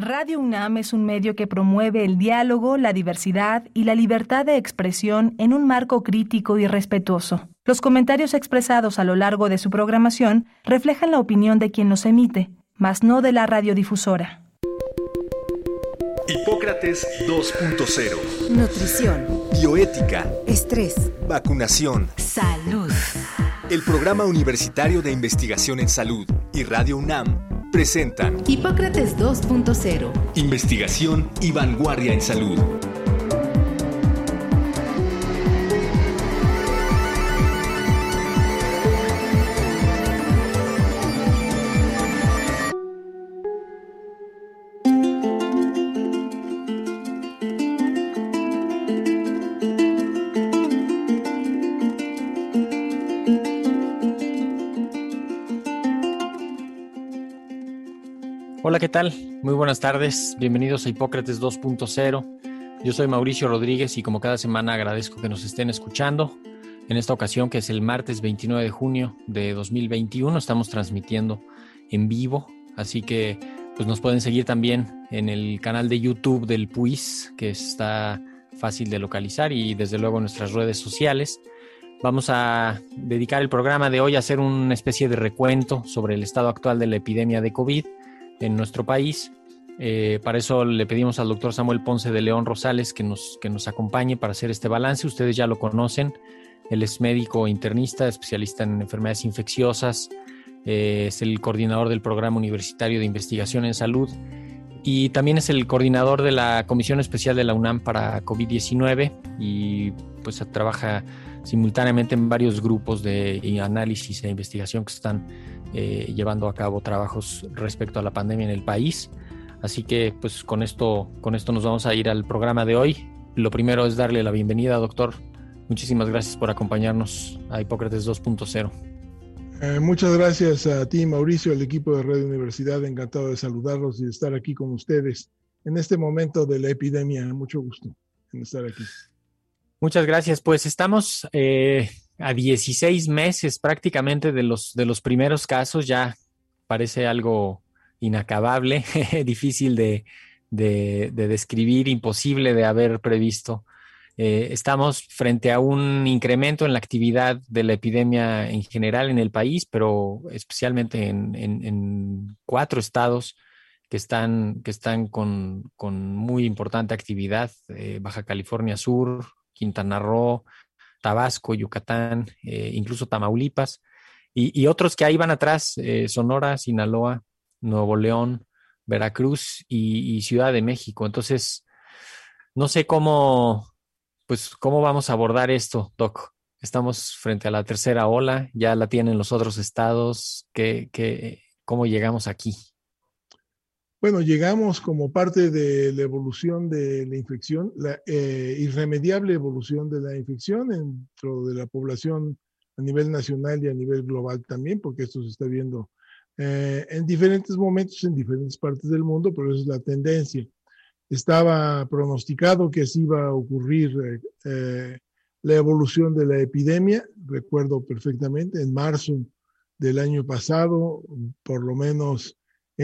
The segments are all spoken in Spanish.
Radio UNAM es un medio que promueve el diálogo, la diversidad y la libertad de expresión en un marco crítico y respetuoso. Los comentarios expresados a lo largo de su programación reflejan la opinión de quien los emite, mas no de la radiodifusora. Hipócrates 2.0. Nutrición. Bioética. Estrés. Vacunación. Salud. El Programa Universitario de Investigación en Salud y Radio UNAM presentan Hipócrates 2.0. Investigación y vanguardia en salud. Hola, ¿qué tal? Muy buenas tardes. Bienvenidos a Hipócrates 2.0. Yo soy Mauricio Rodríguez y como cada semana agradezco que nos estén escuchando. En esta ocasión, que es el martes 29 de junio de 2021, estamos transmitiendo en vivo. Así que pues nos pueden seguir también en el canal de YouTube del PUIS, que está fácil de localizar, y desde luego en nuestras redes sociales. Vamos a dedicar el programa de hoy a hacer una especie de recuento sobre el estado actual de la epidemia de COVID en nuestro país. Para eso le pedimos al doctor Samuel Ponce de León Rosales que nos acompañe para hacer este balance. Ustedes ya lo conocen. Él es médico internista, especialista en enfermedades infecciosas, es el coordinador del Programa Universitario de Investigación en Salud y también es el coordinador de la Comisión Especial de la UNAM para COVID-19 y pues trabaja simultáneamente en varios grupos de análisis e investigación que están llevando a cabo trabajos respecto a la pandemia en el país. Así que pues con esto nos vamos a ir al programa de hoy. Lo primero es darle la bienvenida, doctor. Muchísimas gracias por acompañarnos a Hipócrates 2.0. Muchas gracias a ti, Mauricio, al equipo de Radio Universidad. Encantado de saludarlos y de estar aquí con ustedes en este momento de la epidemia. Mucho gusto en estar aquí. Muchas gracias. Pues estamos a 16 meses prácticamente de los primeros casos. Ya parece algo inacabable, difícil de describir, imposible de haber previsto. Estamos frente a un incremento en la actividad de la epidemia en general en el país, pero especialmente en 4 estados que están con muy importante actividad: Baja California Sur, Quintana Roo, Tabasco, Yucatán, incluso Tamaulipas, y otros que ahí van atrás: Sonora, Sinaloa, Nuevo León, Veracruz y Ciudad de México. Entonces, no sé cómo vamos a abordar esto, Doc. Estamos frente a la tercera ola, ya la tienen los otros estados. ¿Cómo llegamos aquí? Bueno, llegamos como parte de la evolución de la infección, la irremediable evolución de la infección dentro de la población a nivel nacional y a nivel global también, porque esto se está viendo en diferentes momentos, en diferentes partes del mundo, pero esa es la tendencia. Estaba pronosticado que así iba a ocurrir la evolución de la epidemia. Recuerdo perfectamente, en marzo del año pasado, por lo menos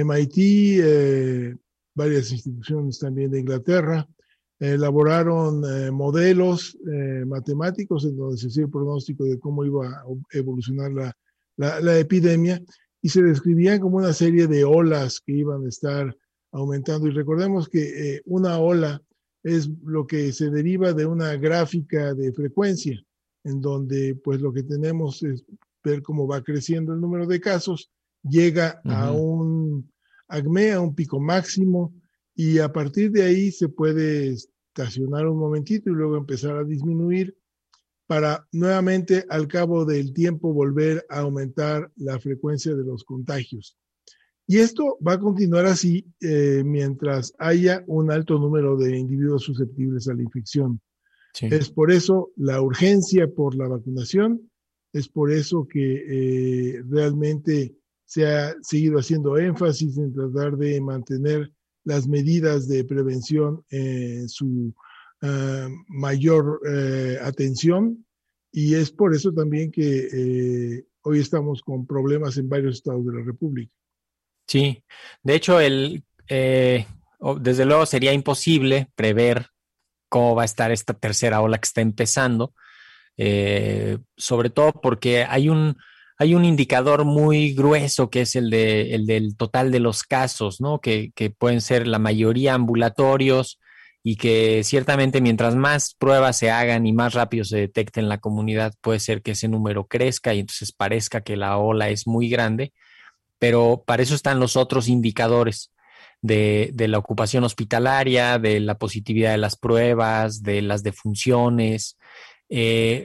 MIT, varias instituciones también de Inglaterra, elaboraron modelos matemáticos en donde se hacía el pronóstico de cómo iba a evolucionar la epidemia, y se describían como una serie de olas que iban a estar aumentando. Y recordemos que una ola es lo que se deriva de una gráfica de frecuencia, en donde pues lo que tenemos es ver cómo va creciendo el número de casos, llega a un acme, a un pico máximo, y a partir de ahí se puede estacionar un momentito y luego empezar a disminuir para nuevamente al cabo del tiempo volver a aumentar la frecuencia de los contagios. Y esto va a continuar así mientras haya un alto número de individuos susceptibles a la infección. Sí. Es por eso la urgencia por la vacunación, es por eso que realmente se ha seguido haciendo énfasis en tratar de mantener las medidas de prevención en su mayor atención, y es por eso también que hoy estamos con problemas en varios estados de la República. Sí, de hecho desde luego sería imposible prever cómo va a estar esta tercera ola que está empezando, sobre todo porque hay un indicador muy grueso que es el del total de los casos, ¿no? Que pueden ser la mayoría ambulatorios y que ciertamente mientras más pruebas se hagan y más rápido se detecte en la comunidad, puede ser que ese número crezca y entonces parezca que la ola es muy grande, pero para eso están los otros indicadores de la ocupación hospitalaria, de la positividad de las pruebas, de las defunciones. Eh,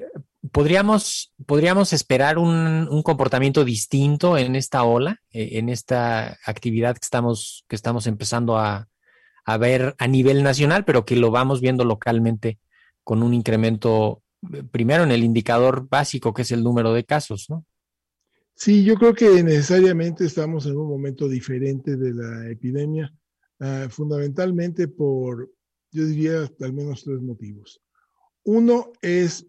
¿Podríamos esperar un comportamiento distinto en esta ola, en esta actividad que estamos empezando a ver a nivel nacional, pero que lo vamos viendo localmente con un incremento, primero en el indicador básico, que es el número de casos, ¿no? Sí, yo creo que necesariamente estamos en un momento diferente de la epidemia, fundamentalmente por, yo diría, al menos tres motivos. Uno es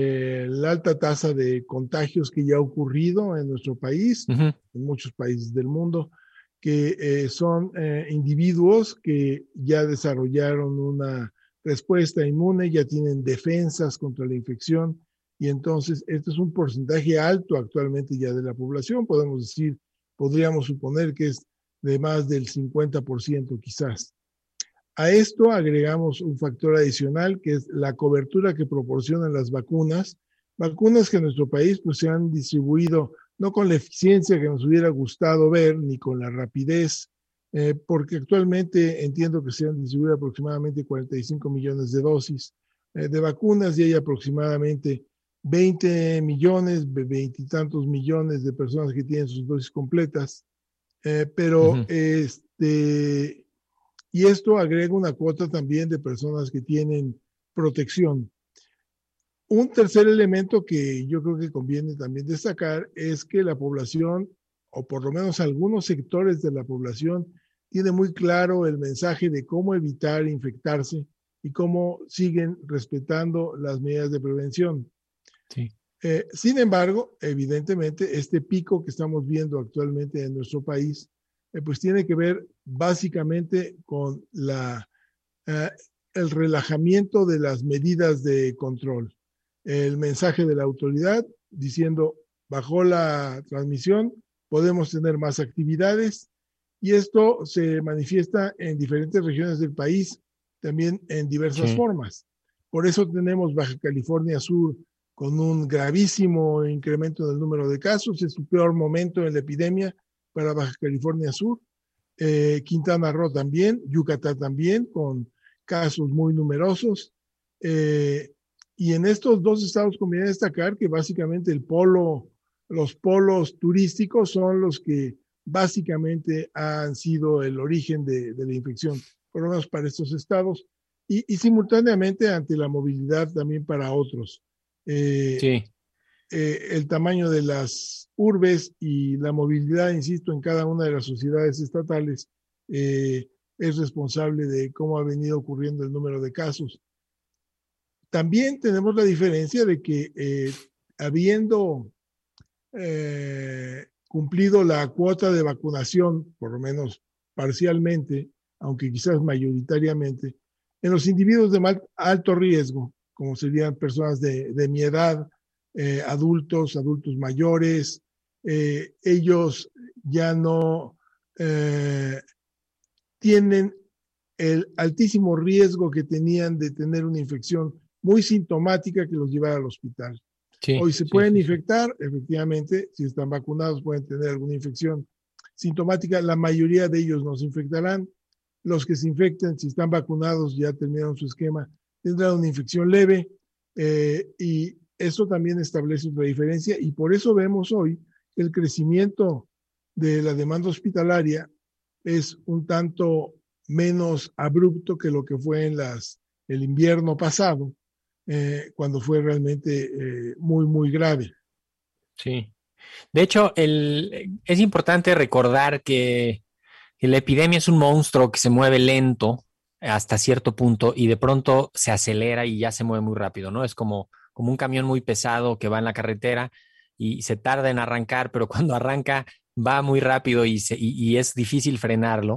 la alta tasa de contagios que ya ha ocurrido en nuestro país, Uh-huh. en muchos países del mundo, que son individuos que ya desarrollaron una respuesta inmune, ya tienen defensas contra la infección, y entonces este es un porcentaje alto actualmente ya de la población, podríamos suponer que es de más del 50% quizás. A esto agregamos un factor adicional que es la cobertura que proporcionan las vacunas que en nuestro país pues, se han distribuido no con la eficiencia que nos hubiera gustado ver, ni con la rapidez, porque actualmente entiendo que se han distribuido aproximadamente 45 millones de dosis de vacunas y hay aproximadamente 20 millones, 20 y tantos millones de personas que tienen sus dosis completas, pero Uh-huh. y esto agrega una cuota también de personas que tienen protección. Un tercer elemento que yo creo que conviene también destacar es que la población, o por lo menos algunos sectores de la población, tiene muy claro el mensaje de cómo evitar infectarse y cómo siguen respetando las medidas de prevención. Sí. Sin embargo, evidentemente, este pico que estamos viendo actualmente en nuestro país, pues tiene que ver básicamente con el relajamiento de las medidas de control. El mensaje de la autoridad diciendo, bajó la transmisión, podemos tener más actividades, y esto se manifiesta en diferentes regiones del país, también en diversas formas. Por eso tenemos Baja California Sur con un gravísimo incremento del número de casos, es su peor momento en la epidemia para Baja California Sur, Quintana Roo también, Yucatán también, con casos muy numerosos. Y en estos dos estados conviene destacar que básicamente los polos turísticos son los que básicamente han sido el origen de la infección, por lo menos para estos estados, y simultáneamente ante la movilidad también para otros. Sí. El tamaño de las urbes y la movilidad, insisto, en cada una de las sociedades estatales es responsable de cómo ha venido ocurriendo el número de casos. También tenemos la diferencia de que habiendo cumplido la cuota de vacunación, por lo menos parcialmente, aunque quizás mayoritariamente, en los individuos de alto riesgo, como serían personas de mi edad, adultos mayores, ellos ya no tienen el altísimo riesgo que tenían de tener una infección muy sintomática que los llevara al hospital. Sí, Hoy se pueden infectar, efectivamente, si están vacunados pueden tener alguna infección sintomática, la mayoría de ellos no se infectarán. Los que se infecten, si están vacunados, ya terminaron su esquema, tendrán una infección leve, y eso también establece una diferencia, y por eso vemos hoy el crecimiento de la demanda hospitalaria es un tanto menos abrupto que lo que fue en el invierno pasado, cuando fue realmente muy, muy grave. Sí. De hecho, es importante recordar que la epidemia es un monstruo que se mueve lento hasta cierto punto y de pronto se acelera y ya se mueve muy rápido, ¿no? Es como un camión muy pesado que va en la carretera y se tarda en arrancar, pero cuando arranca va muy rápido y es difícil frenarlo.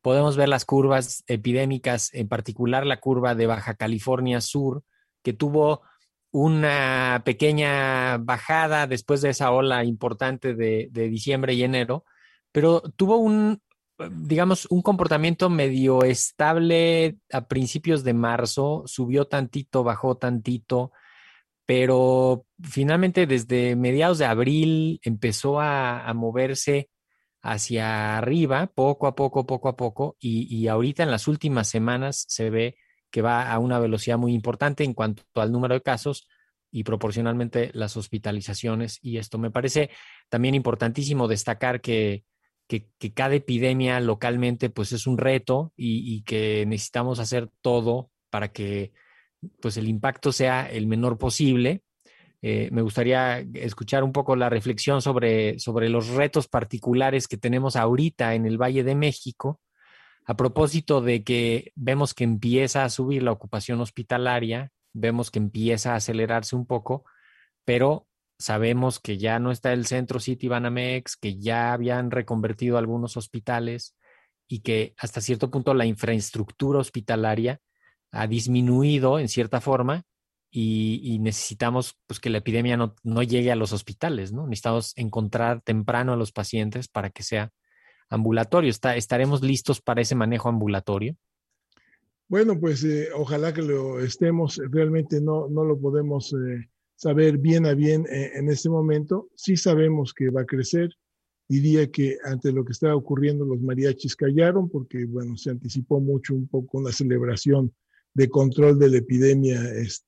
podemos ver las curvas epidémicas, en particular la curva de Baja California Sur, que tuvo una pequeña bajada después de esa ola importante de diciembre y enero, pero tuvo digamos, un comportamiento medio estable a principios de marzo, subió tantito, bajó tantito, pero finalmente desde mediados de abril empezó a moverse hacia arriba, poco a poco, y ahorita en las últimas semanas se ve que va a una velocidad muy importante en cuanto al número de casos y proporcionalmente las hospitalizaciones. Y esto me parece también importantísimo destacar que cada epidemia localmente pues es un reto y que necesitamos hacer todo para que pues el impacto sea el menor posible. Me gustaría escuchar un poco la reflexión sobre los retos particulares que tenemos ahorita en el Valle de México, a propósito de que vemos que empieza a subir la ocupación hospitalaria, vemos que empieza a acelerarse un poco, pero sabemos que ya no está el Centro City Banamex, que ya habían reconvertido algunos hospitales y que hasta cierto punto la infraestructura hospitalaria ha disminuido en cierta forma y necesitamos pues, que la epidemia no llegue a los hospitales, ¿no? Necesitamos encontrar temprano a los pacientes para que sea ambulatorio. ¿Estaremos listos para ese manejo ambulatorio? Bueno, pues ojalá que lo estemos. Realmente no lo podemos saber bien a bien en este momento. Sí sabemos que va a crecer. Diría que ante lo que está ocurriendo los mariachis callaron porque, bueno, se anticipó mucho un poco una celebración de control de la epidemia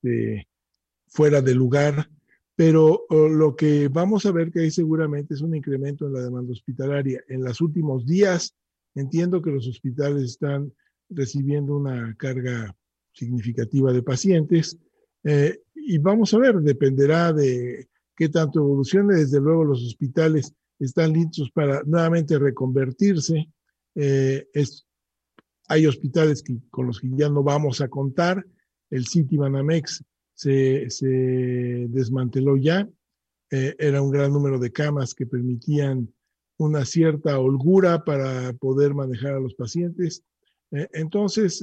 fuera de lugar, pero lo que vamos a ver que hay seguramente es un incremento en la demanda hospitalaria. En los últimos días entiendo que los hospitales están recibiendo una carga significativa de pacientes y vamos a ver, dependerá de qué tanto evolucione. Desde luego los hospitales están listos para nuevamente reconvertirse. Hay hospitales con los que ya no vamos a contar. El City Banamex se desmanteló ya. Era un gran número de camas que permitían una cierta holgura para poder manejar a los pacientes. Entonces,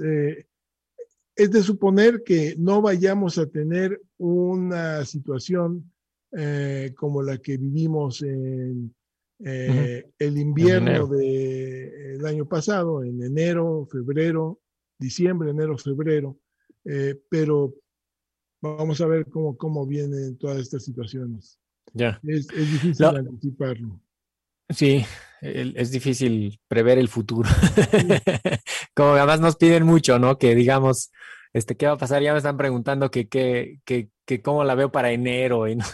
es de suponer que no vayamos a tener una situación como la que vivimos en el invierno del año pasado, en enero, febrero, diciembre, enero, febrero, pero vamos a ver cómo vienen todas estas situaciones. Ya. Es difícil anticiparlo. Sí, es difícil prever el futuro. Como además nos piden mucho, ¿no? Que digamos, ¿qué va a pasar? Ya me están preguntando que cómo la veo para enero. Y no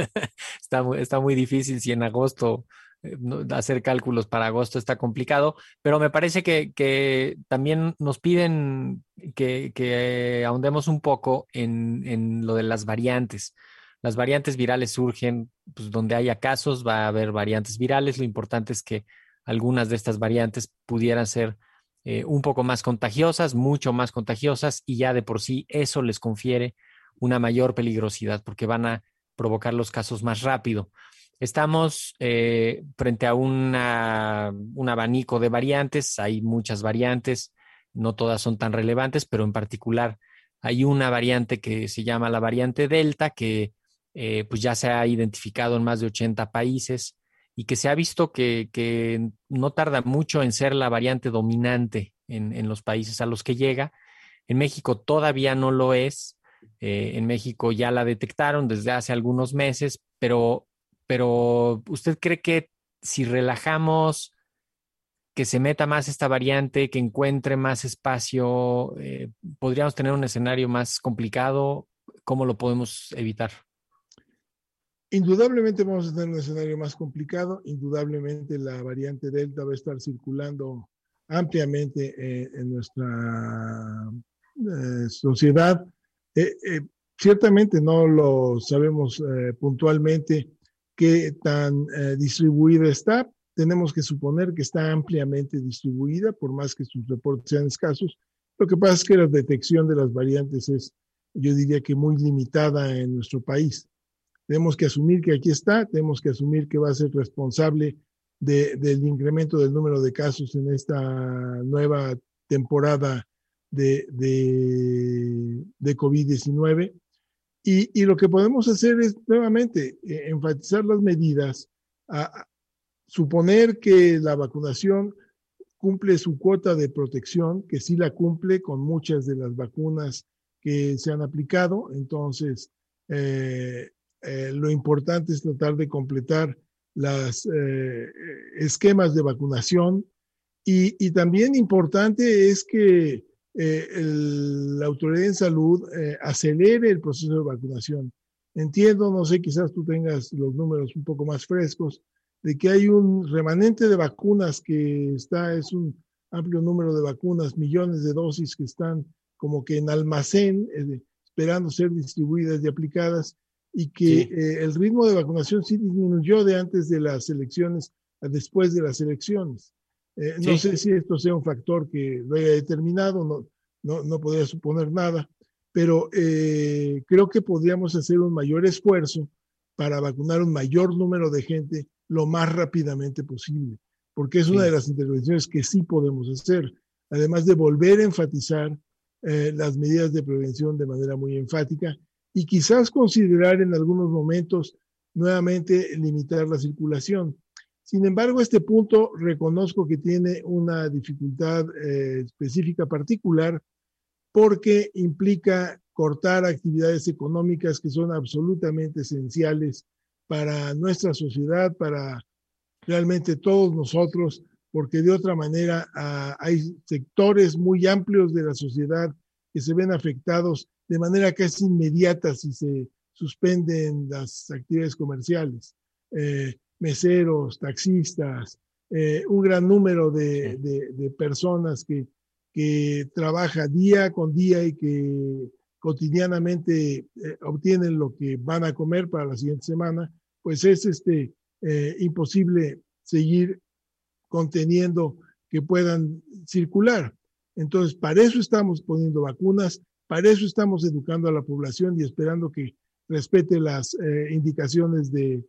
está muy difícil si en agosto hacer cálculos para agosto está complicado, pero me parece que también nos piden que ahondemos un poco en lo de las variantes. Las variantes virales surgen, pues donde haya casos va a haber variantes virales. Lo importante es que algunas de estas variantes pudieran ser un poco más contagiosas, mucho más contagiosas, y ya de por sí eso les confiere una mayor peligrosidad porque van a provocar los casos más rápido. Estamos frente a un abanico de variantes. Hay muchas variantes, no todas son tan relevantes, pero en particular hay una variante que se llama la variante Delta, que pues ya se ha identificado en más de 80 países y que se ha visto que no tarda mucho en ser la variante dominante en los países a los que llega. En México todavía no lo es. En México ya la detectaron desde hace algunos meses, pero ¿usted cree que si relajamos, que se meta más esta variante, que encuentre más espacio, podríamos tener un escenario más complicado? ¿Cómo lo podemos evitar? Indudablemente vamos a tener un escenario más complicado. Indudablemente la variante Delta va a estar circulando ampliamente en nuestra sociedad. Ciertamente no lo sabemos puntualmente qué tan distribuida está. Tenemos que suponer que está ampliamente distribuida, por más que sus reportes sean escasos. Lo que pasa es que la detección de las variantes es, yo diría que muy limitada en nuestro país. Tenemos que asumir que aquí está, tenemos que asumir que va a ser responsable del incremento del número de casos en esta nueva temporada de COVID-19. Y lo que podemos hacer es nuevamente enfatizar las medidas, a suponer que la vacunación cumple su cuota de protección, que sí la cumple con muchas de las vacunas que se han aplicado. Entonces, lo importante es tratar de completar los esquemas de vacunación y también importante es que la autoridad en salud acelere el proceso de vacunación. Entiendo, no sé, quizás tú tengas los números un poco más frescos, de que hay un remanente de vacunas que es un amplio número de vacunas, millones de dosis que están como que en almacén, esperando ser distribuidas y aplicadas, y que Sí. el ritmo de vacunación sí disminuyó de antes de las elecciones a después de las elecciones. No Sí. sé si esto sea un factor que lo haya determinado, no podría suponer nada, pero creo que podríamos hacer un mayor esfuerzo para vacunar un mayor número de gente lo más rápidamente posible, porque es una de Sí. las intervenciones que sí podemos hacer, además de volver a enfatizar las medidas de prevención de manera muy enfática y quizás considerar en algunos momentos nuevamente limitar la circulación. Sin embargo, este punto reconozco que tiene una dificultad específica particular porque implica cortar actividades económicas que son absolutamente esenciales para nuestra sociedad, para realmente todos nosotros, porque de otra manera hay sectores muy amplios de la sociedad que se ven afectados de manera casi inmediata si se suspenden las actividades comerciales. Meseros, taxistas, un gran número Sí. de personas que trabaja día con día y que cotidianamente obtienen lo que van a comer para la siguiente semana, pues es imposible seguir conteniendo que puedan circular. Entonces, para eso estamos poniendo vacunas, para eso estamos educando a la población y esperando que respete las indicaciones de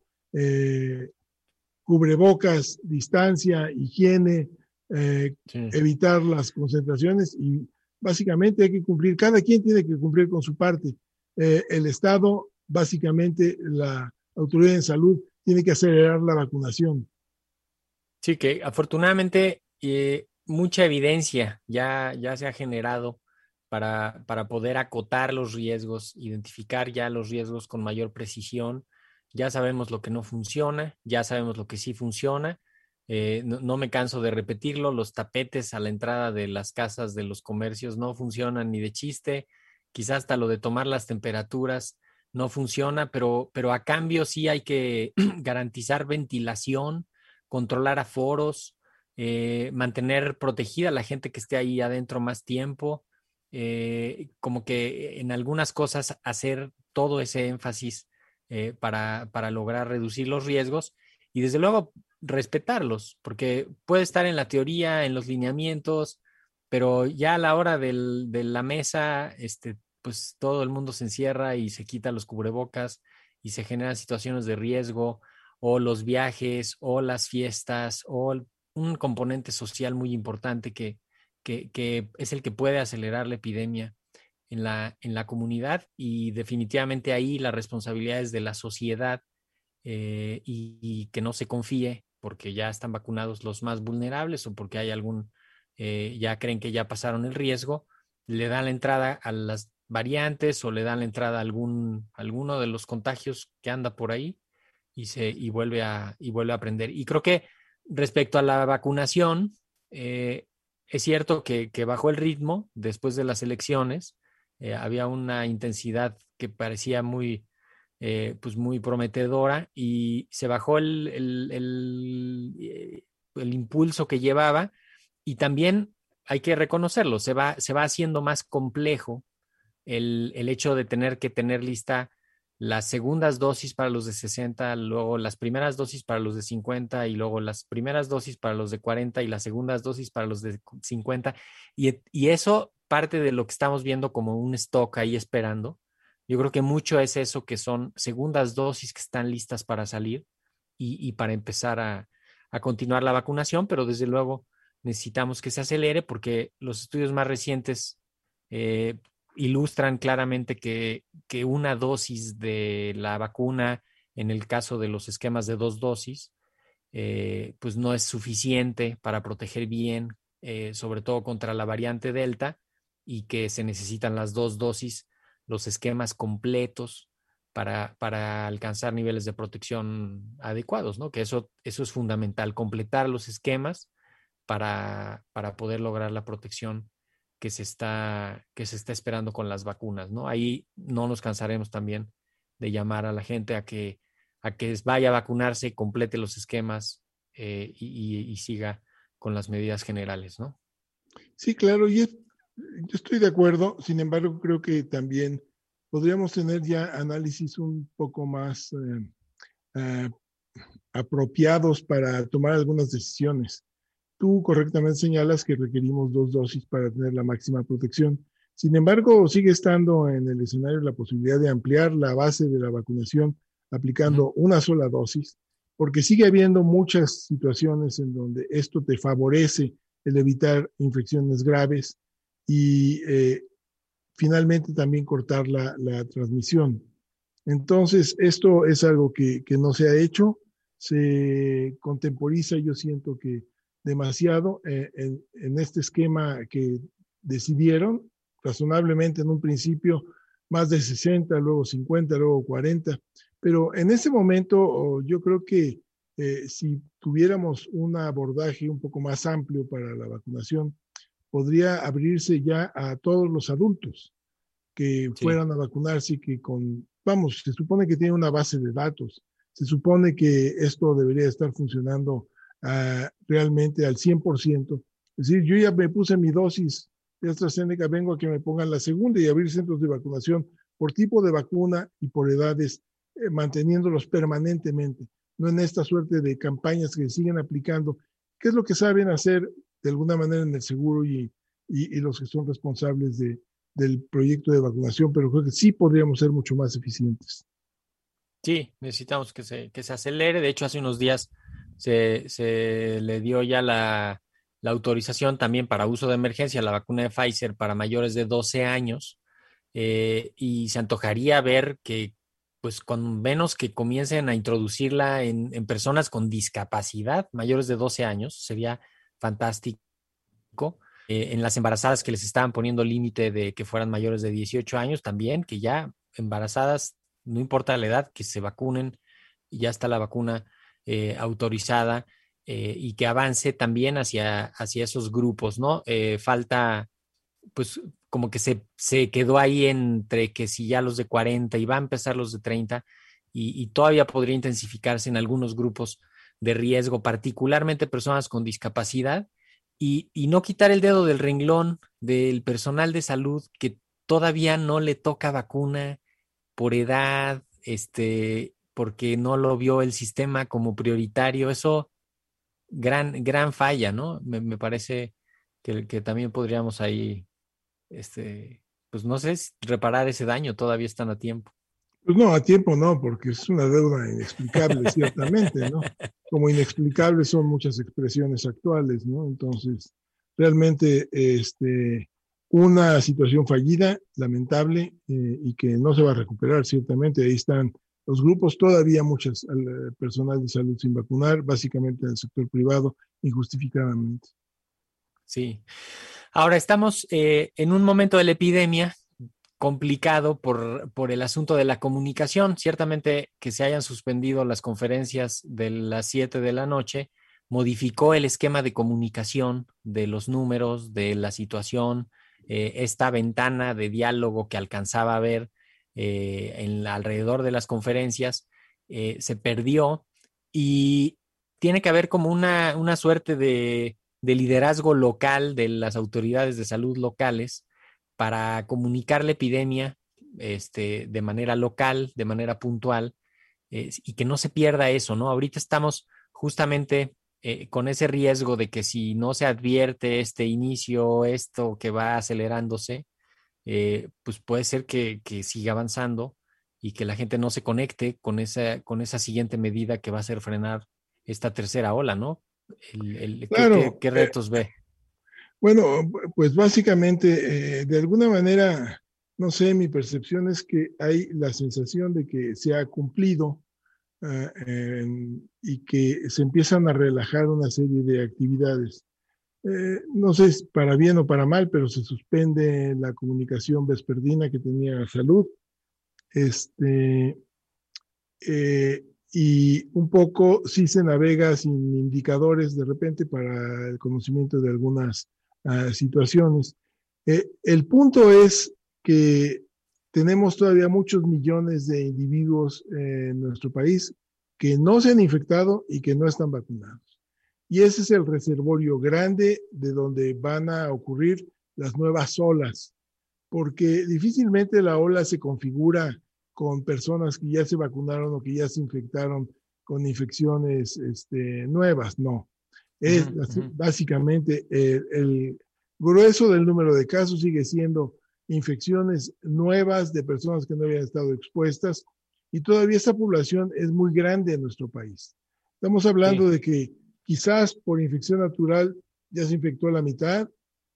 cubrebocas, distancia, higiene, Sí. evitar las concentraciones y básicamente hay que cumplir, cada quien tiene que cumplir con su parte. El Estado, básicamente la autoridad en salud, tiene que acelerar la vacunación. Sí, que afortunadamente mucha evidencia ya se ha generado para poder acotar los riesgos, identificar ya los riesgos con mayor precisión. Ya sabemos lo que no funciona, ya sabemos lo que sí funciona. No me canso de repetirlo, los tapetes a la entrada de las casas, de los comercios, no funcionan ni de chiste. Quizás hasta lo de tomar las temperaturas no funciona, pero a cambio sí hay que garantizar ventilación, controlar aforos, mantener protegida a la gente que esté ahí adentro más tiempo, como que en algunas cosas hacer todo ese énfasis para lograr reducir los riesgos y desde luego respetarlos, porque puede estar en la teoría, en los lineamientos, pero ya a la hora de la mesa, pues todo el mundo se encierra y se quita los cubrebocas y se generan situaciones de riesgo o los viajes o las fiestas o un componente social muy importante que es el que puede acelerar la epidemia en la comunidad y definitivamente ahí la responsabilidad es de la sociedad y que no se confíe porque ya están vacunados los más vulnerables o porque hay ya creen que ya pasaron el riesgo, le dan la entrada a las variantes o le dan la entrada a alguno de los contagios que anda por ahí y vuelve a aprender. Y creo que respecto a la vacunación, es cierto que bajó el ritmo después de las elecciones. Había una intensidad que parecía pues muy prometedora y se bajó el impulso que llevaba y también hay que reconocerlo, se va haciendo más complejo el hecho de tener que tener lista las segundas dosis para los de 60, luego las primeras dosis para los de 50 y luego las primeras dosis para los de 40 y las segundas dosis para los de 50. Y eso parte de lo que estamos viendo como un stock ahí esperando. Yo creo que mucho es eso, que son segundas dosis que están listas para salir y para empezar a continuar la vacunación, pero desde luego necesitamos que se acelere porque los estudios más recientes ilustran claramente que una dosis de la vacuna, en el caso de los esquemas de 2 dosis, pues no es suficiente para proteger bien, sobre todo contra la variante Delta, y que se necesitan las 2 dosis, los esquemas completos para alcanzar niveles de protección adecuados, ¿no? Que eso es fundamental, completar los esquemas para poder lograr la protección que se está esperando con las vacunas, ¿no? Ahí no nos cansaremos también de llamar a la gente a que vaya a vacunarse, complete los esquemas y siga con las medidas generales, ¿no? Sí, claro, yo estoy de acuerdo. Sin embargo, creo que también podríamos tener ya análisis un poco más apropiados para tomar algunas decisiones. Tú correctamente señalas que requerimos 2 dosis para tener la máxima protección. Sin embargo, sigue estando en el escenario la posibilidad de ampliar la base de la vacunación aplicando una sola dosis, porque sigue habiendo muchas situaciones en donde esto te favorece el evitar infecciones graves y finalmente también cortar la transmisión. Entonces, esto es algo que no se ha hecho, se contemporiza, yo siento que demasiado en este esquema que decidieron, razonablemente en un principio más de 60, luego 50, luego 40, pero en ese momento yo creo que si tuviéramos un abordaje un poco más amplio para la vacunación, podría abrirse ya a todos los adultos que fueran a vacunarse y que vamos, se supone que tiene una base de datos, se supone que esto debería estar funcionando realmente al 100%. Es decir, yo ya me puse mi dosis de AstraZeneca, vengo a que me pongan la segunda y abrir centros de vacunación por tipo de vacuna y por edades, manteniéndolos permanentemente, no en esta suerte de campañas que siguen aplicando, que es lo que saben hacer de alguna manera en el seguro y los que son responsables del proyecto de vacunación, pero creo que sí podríamos ser mucho más eficientes. Sí, necesitamos que se acelere. De hecho, hace unos días se le dio ya la autorización también para uso de emergencia la vacuna de Pfizer para mayores de 12 años y se antojaría ver que, pues, con menos que comiencen a introducirla en personas con discapacidad mayores de 12 años, sería fantástico. En las embarazadas que les estaban poniendo límite de que fueran mayores de 18 años también, que ya embarazadas, no importa la edad, que se vacunen, ya está la vacuna autorizada y que avance también hacia esos grupos, ¿no? Falta, pues, como que se quedó ahí entre que si ya los de 40 y va a empezar los de 30 y todavía podría intensificarse en algunos grupos de riesgo, particularmente personas con discapacidad. Y no quitar el dedo del renglón del personal de salud que todavía no le toca vacuna por edad, porque no lo vio el sistema como prioritario. Eso, gran falla, ¿no? Me parece que también podríamos ahí, pues no sé, reparar ese daño, todavía están a tiempo. Pues no, a tiempo no, porque es una deuda inexplicable, ciertamente, ¿no? Como inexplicables son muchas expresiones actuales, ¿no? Entonces, realmente, una situación fallida, lamentable, y que no se va a recuperar, ciertamente. Ahí están los grupos, todavía muchas personal de salud sin vacunar, básicamente en el sector privado, injustificadamente. Sí. Ahora estamos en un momento de la epidemia complicado por el asunto de la comunicación. Ciertamente que se hayan suspendido las conferencias de las 7 de la noche modificó el esquema de comunicación de los números, de la situación, esta ventana de diálogo que alcanzaba a ver alrededor de las conferencias se perdió y tiene que haber como una suerte de liderazgo local de las autoridades de salud locales para comunicar la epidemia de manera local, de manera puntual, y que no se pierda eso, ¿no? Ahorita estamos justamente con ese riesgo de que si no se advierte este inicio, esto que va acelerándose, pues puede ser que siga avanzando y que la gente no se conecte con esa siguiente medida que va a ser frenar esta tercera ola, ¿no? Claro, ¿Qué retos ve? Bueno, pues básicamente, de alguna manera, no sé, mi percepción es que hay la sensación de que se ha cumplido y que se empiezan a relajar una serie de actividades. No sé si para bien o para mal, pero se suspende la comunicación vespertina que tenía Salud. Y un poco sí se navega sin indicadores de repente para el conocimiento de algunas situaciones. El punto es que tenemos todavía muchos millones de individuos en nuestro país que no se han infectado y que no están vacunados. Y ese es el reservorio grande de donde van a ocurrir las nuevas olas, porque difícilmente la ola se configura con personas que ya se vacunaron o que ya se infectaron con infecciones nuevas, no. Es básicamente el grueso del número de casos sigue siendo infecciones nuevas de personas que no habían estado expuestas, y todavía esa población es muy grande en nuestro país. Estamos hablando de que quizás por infección natural ya se infectó la mitad.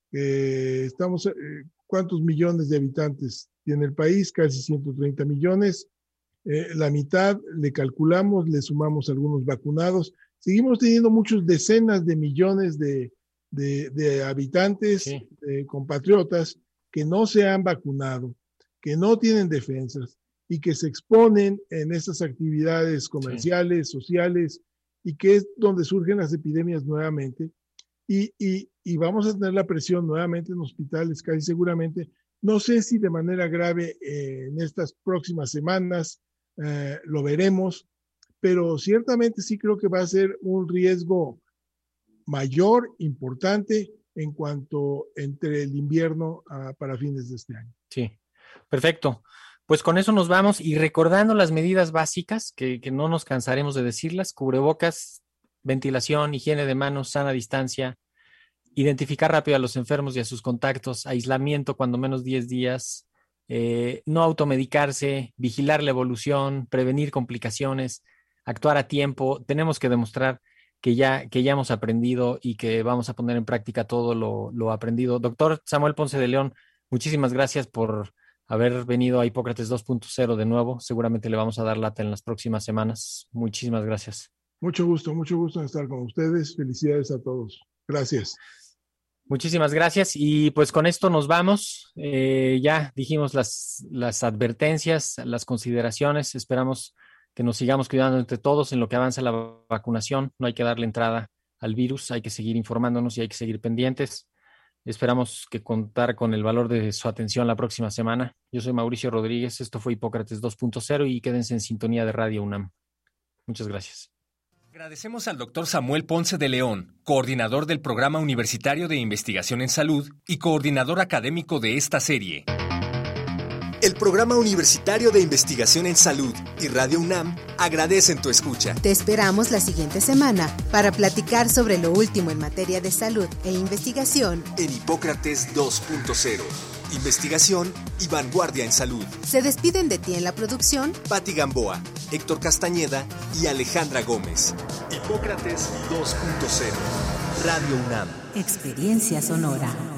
¿Cuántos millones de habitantes tiene el país? Casi 130 millones. La mitad le calculamos, le sumamos algunos vacunados. Seguimos teniendo muchos decenas de millones de habitantes, compatriotas, que no se han vacunado, que no tienen defensas y que se exponen en estas actividades comerciales, sociales, y que es donde surgen las epidemias nuevamente. Y vamos a tener la presión nuevamente en hospitales, casi seguramente. No sé si de manera grave en estas próximas semanas lo veremos, pero ciertamente sí creo que va a ser un riesgo mayor, importante, en cuanto entre el invierno para fines de este año. Sí, perfecto. Pues con eso nos vamos, y recordando las medidas básicas, que no nos cansaremos de decirlas: cubrebocas, ventilación, higiene de manos, sana distancia, identificar rápido a los enfermos y a sus contactos, aislamiento cuando menos 10 días, no automedicarse, vigilar la evolución, prevenir complicaciones, actuar a tiempo. Tenemos que demostrar que ya hemos aprendido y que vamos a poner en práctica todo lo aprendido. Doctor Samuel Ponce de León, muchísimas gracias por haber venido a Hipócrates 2.0 de nuevo. Seguramente le vamos a dar lata en las próximas semanas. Muchísimas gracias. Mucho gusto en estar con ustedes. Felicidades a todos. Gracias. Muchísimas gracias, y pues con esto nos vamos. Ya dijimos las advertencias, las consideraciones. Esperamos que nos sigamos cuidando entre todos en lo que avanza la vacunación. No hay que darle entrada al virus, hay que seguir informándonos y hay que seguir pendientes. Esperamos que contar con el valor de su atención la próxima semana. Yo soy Mauricio Rodríguez, esto fue Hipócrates 2.0, y quédense en sintonía de Radio UNAM. Muchas gracias. Agradecemos al Dr. Samuel Ponce de León, coordinador del Programa Universitario de Investigación en Salud y coordinador académico de esta serie. El Programa Universitario de Investigación en Salud y Radio UNAM agradecen tu escucha. Te esperamos la siguiente semana para platicar sobre lo último en materia de salud e investigación en Hipócrates 2.0. Investigación y vanguardia en salud. Se despiden de ti en la producción Patti Gamboa, Héctor Castañeda y Alejandra Gómez. Hipócrates 2.0. Radio UNAM. Experiencia sonora.